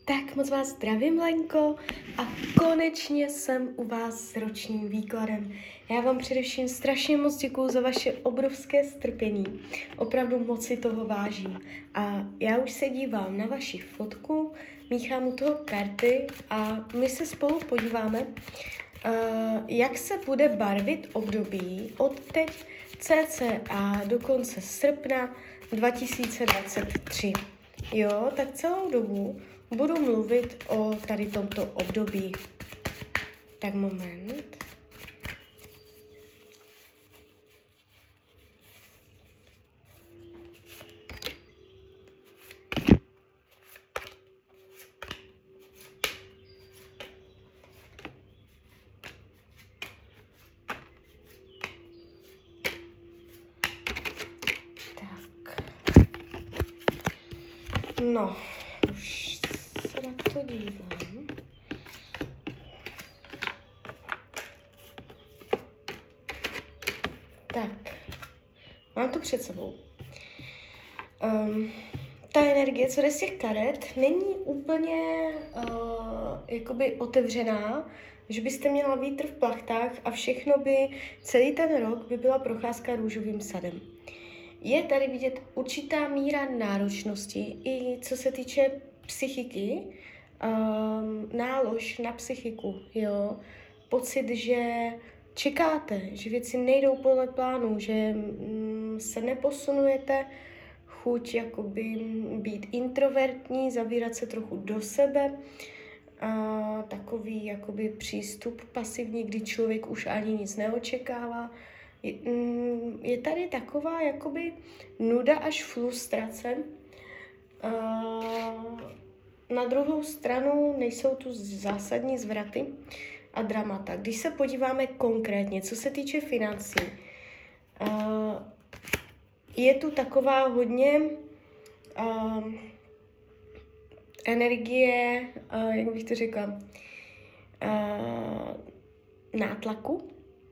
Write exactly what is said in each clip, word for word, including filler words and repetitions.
Tak moc vás zdravím, Lenko, a konečně jsem u vás s ročním výkladem. Já vám především strašně moc děkuju za vaše obrovské strpení. Opravdu moc si toho vážím. A já už se dívám na vaši fotku, míchám u toho karty a my se spolu podíváme, uh, jak se bude barvit období od teď cca do konce srpna dva tisíce dvacet tři. Jo, tak celou dobu budu mluvit o tady tomto období. Tak moment. Tak. No, už se na to dívám. Tak, mám to před sebou. Um, ta energie, co jde z těch karet, není úplně uh, jakoby otevřená, že byste měla vítr v plachtách a všechno by, celý ten rok by byla procházka růžovým sadem. Je tady vidět určitá míra náročnosti, i co se týče psychiky, um, nálož na psychiku, jo. Pocit, že čekáte, že věci nejdou podle plánu, že mm, se neposunujete, chuť jakoby být introvertní, zavírat se trochu do sebe, a takový jakoby přístup pasivní, kdy člověk už ani nic neočekává. Je, mm, je tady taková jakoby nuda až frustrace. A na druhou stranu nejsou tu zásadní zvraty a dramata. Když se podíváme konkrétně, co se týče financí, uh, je tu taková hodně uh, energie, uh, jak bych to řekla, uh, nátlaku,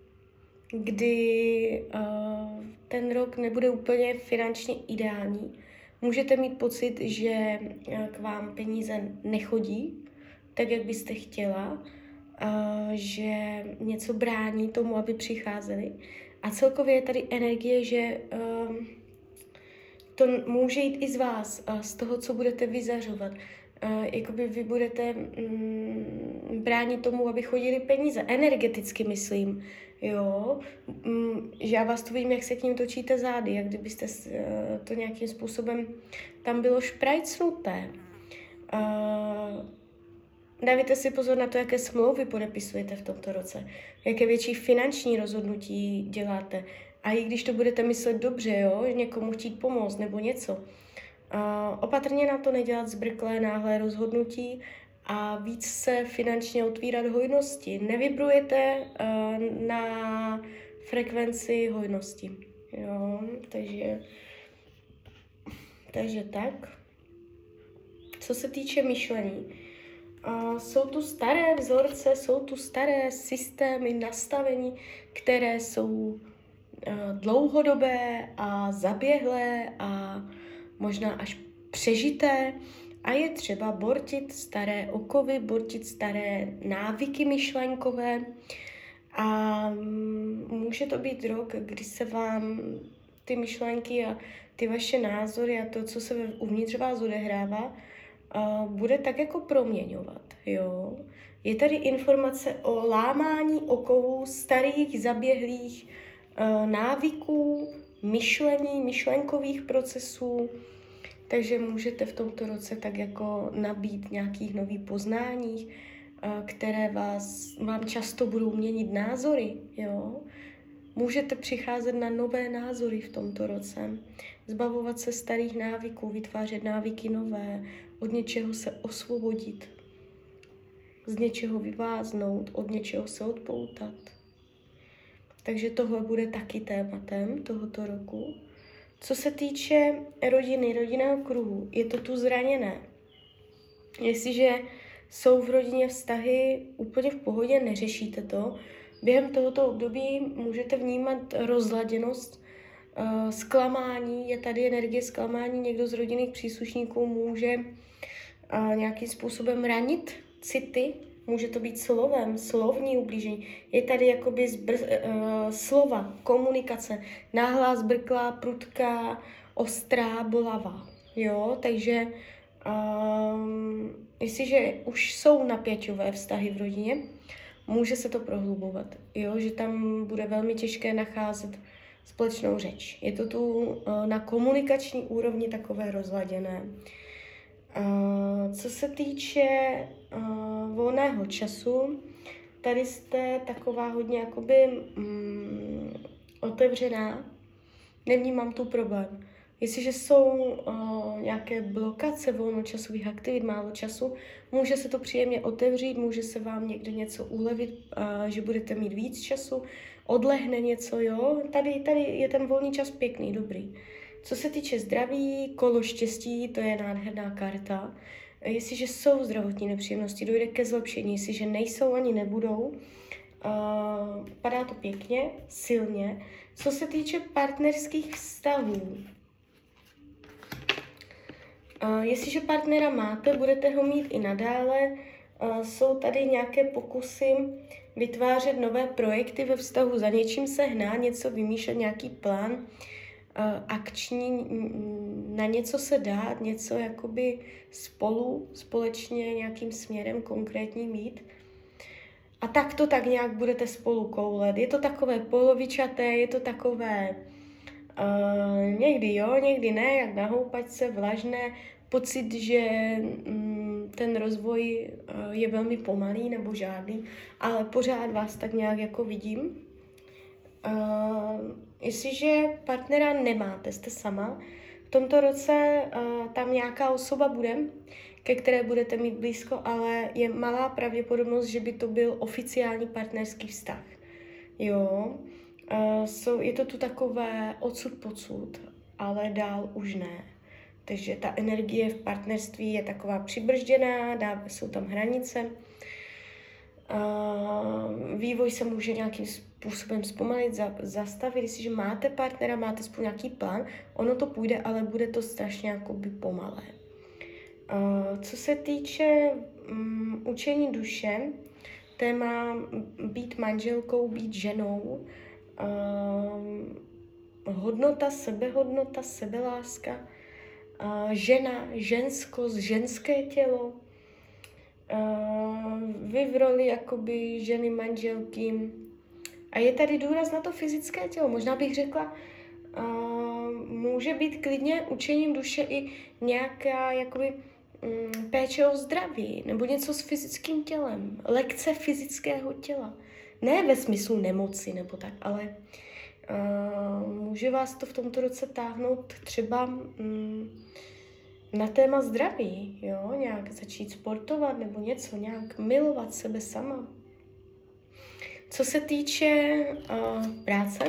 kdy uh, ten rok nebude úplně finančně ideální. Můžete mít pocit, že uh, k vám peníze nechodí tak, jak byste chtěla, Uh, že něco brání tomu, aby přicházeli. A celkově je tady energie, že uh, to může jít i z vás, uh, z toho, co budete vyzařovat. Uh, jakoby vy budete um, bránit tomu, aby chodili peníze. Energeticky myslím. Jo? Um, že já vás to vidím, jak se k ním točíte zády, jak kdybyste uh, to nějakým způsobem tam bylo šprajcnuté. Uh, Dávajte si pozor na to, jaké smlouvy podepisujete v tomto roce, jaké větší finanční rozhodnutí děláte. A i když to budete myslet dobře, jo, někomu chtít pomoct nebo něco, uh, opatrně na to nedělat zbrklé náhlé rozhodnutí a víc se finančně otvírat hojnosti. Nevibrujete uh, na frekvenci hojnosti. Jo, takže, takže tak. Co se týče myšlení, Uh, jsou tu staré vzorce, jsou tu staré systémy, nastavení, které jsou uh, dlouhodobé a zaběhlé a možná až přežité a je třeba bortit staré okovy, bortit staré návyky myšlenkové a um, může to být rok, kdy se vám ty myšlenky a ty vaše názory a to, co se uvnitř vás odehrává, Uh, bude tak jako proměňovat, jo. Je tady informace o lámání okovů starých, zaběhlých uh, návyků, myšlení, myšlenkových procesů, takže můžete v tomto roce tak jako nabít nějakých nových poznání, uh, které vás, vám často budou měnit názory, jo. Můžete přicházet na nové názory v tomto roce, zbavovat se starých návyků, vytvářet návyky nové, od něčeho se osvobodit, z něčeho vyváznout, od něčeho se odpoutat. Takže tohle bude taky tématem tohoto roku. Co se týče rodiny, rodinného kruhu, je to tu zraněné. Jestliže jsou v rodině vztahy úplně v pohodě, neřešíte to, během tohoto období můžete vnímat rozladěnost, uh, zklamání, je tady energie zklamání, někdo z rodinných příslušníků může uh, nějakým způsobem ranit city, může to být slovem, slovní ublížení. Je tady jakoby zbr, uh, slova, komunikace, náhlá, zbrklá, prudká, ostrá, bolavá. Jo, takže um, jestliže už jsou napěťové vztahy v rodině, může se to prohlubovat, jo, že tam bude velmi těžké nacházet společnou řeč. Je to tu uh, na komunikační úrovni takové rozladěné. Uh, co se týče uh, volného času, tady jste taková hodně jakoby um, otevřená, nevnímám tu problém. Jestliže jsou uh, nějaké blokace volnočasových aktivit, málo času, může se to příjemně otevřít, může se vám někde něco ulevit, uh, že budete mít víc času, odlehne něco, jo. Tady, tady je ten volný čas pěkný, dobrý. Co se týče zdraví, kolo štěstí, to je nádherná karta. Jestliže jsou zdravotní nepříjemnosti, dojde ke zlepšení, jestliže nejsou ani nebudou, uh, padá to pěkně, silně. Co se týče partnerských vztahů, Uh, jestliže partnera máte, budete ho mít i nadále. Uh, jsou tady nějaké pokusy vytvářet nové projekty ve vztahu, za něčím se hnát, něco vymýšlet, nějaký plán uh, akční, na něco se dát, něco jakoby spolu, společně nějakým směrem konkrétním mít. A tak to tak nějak budete spolu koulet. Je to takové polovičaté, je to takové uh, někdy jo, někdy ne, jak na houpačce, vlažné, pocit, že mm, ten rozvoj uh, je velmi pomalý nebo žádný, ale pořád vás tak nějak jako vidím. Uh, jestliže partnera nemáte, jste sama, v tomto roce uh, tam nějaká osoba bude, ke které budete mít blízko, ale je malá pravděpodobnost, že by to byl oficiální partnerský vztah. Jo, uh, so, je to tu takové odsud pocud, ale dál už ne. Takže ta energie v partnerství je taková přibržděná, dá, jsou tam hranice. Uh, vývoj se může nějakým způsobem zpomalit, za, zastavit. Jestliže máte partnera, máte spolu nějaký plán, ono to půjde, ale bude to strašně jakoby pomalé. Uh, co se týče um, učení duše, téma být manželkou, být ženou, uh, hodnota, sebehodnota, sebeláska, uh, žena, ženskost, ženské tělo, uh, vy v roli jakoby ženy manželky. A je tady důraz na to fyzické tělo. Možná bych řekla, uh, může být klidně učením duše i nějaká jakoby um, péče o zdraví, nebo něco s fyzickým tělem, lekce fyzického těla. Ne ve smyslu nemoci nebo tak, ale uh, může vás to v tomto roce táhnout třeba um, na téma zdraví, jo, nějak začít sportovat nebo něco, nějak milovat sebe sama. Co se týče uh, práce,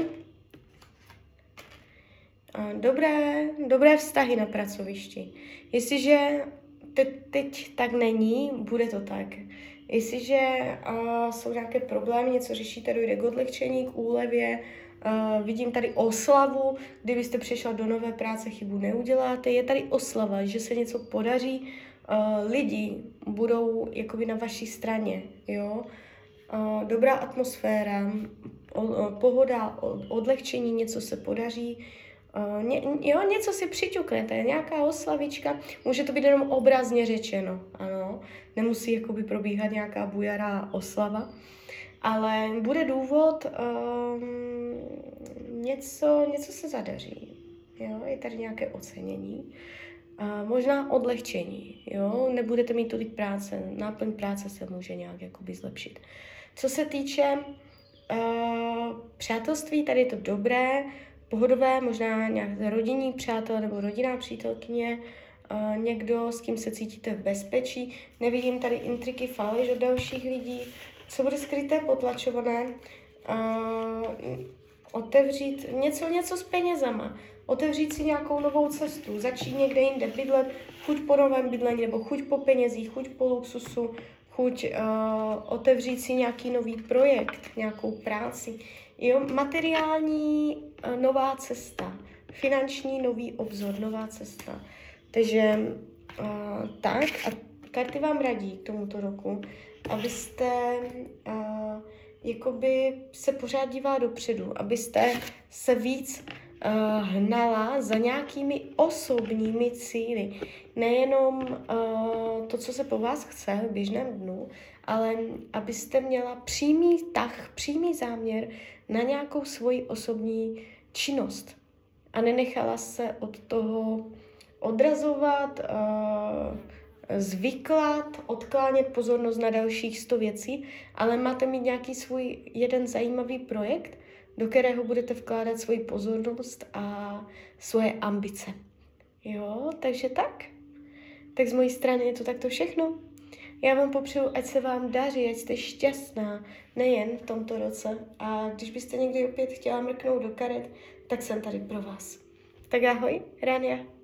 uh, dobré, dobré vztahy na pracovišti. Jestliže te, teď tak není, bude to tak. Jestliže uh, jsou nějaké problémy, něco řešíte, dojde k odlehčení, k úlevě, uh, vidím tady oslavu, kdybyste přišla do nové práce, chybu neuděláte, je tady oslava, že se něco podaří, uh, lidi budou jakoby na vaší straně, jo. Uh, dobrá atmosféra, o, o, pohoda, o, odlehčení, něco se podaří, uh, ně, jo, něco si přiťuknete, nějaká oslavička, může to být jenom obrazně řečeno, ano, nemusí jakoby probíhat nějaká bujará oslava, ale bude důvod, um, něco, něco se zadaří, jo, je tady nějaké ocenění, uh, možná odlehčení, jo, nebudete mít tolik práce, náplň práce se může nějak jakoby zlepšit. Co se týče uh, přátelství, tady je to dobré, pohodové, možná nějaké rodinní přátel nebo rodinná přítelkyně, uh, někdo, s kým se cítíte v bezpečí. Nevidím tady intriky, faleš od dalších lidí. Co bude skryté, potlačované, uh, otevřít něco, něco s penězama, otevřít si nějakou novou cestu, začít někde jinde bydlet, chuť po novém bydlení nebo chuť po penězích, chuť po luxusu, chuť uh, otevřít si nějaký nový projekt, nějakou práci. Jo, materiální uh, nová cesta, finanční nový obzor, nová cesta. Takže Uh, tak a karty vám radí k tomuto roku, abyste uh, jakoby se pořád dívala dopředu, abyste se víc uh, hnala za nějakými osobními cíli. Nejenom uh, to, co se po vás chce v běžném dnu, ale abyste měla přímý tah, přímý záměr na nějakou svoji osobní činnost a nenechala se od toho odrazovat, uh, zvyklat, odklánět pozornost na dalších sto věcí, ale máte mít nějaký svůj jeden zajímavý projekt, do kterého budete vkládat svoji pozornost a svoje ambice. Jo, takže tak. Tak z mojí strany je to takto všechno. Já vám popřeju, ať se vám daří, ať jste šťastná, nejen v tomto roce. A když byste někdy opět chtěla mrknout do karet, tak jsem tady pro vás. Tak ahoj, Rania.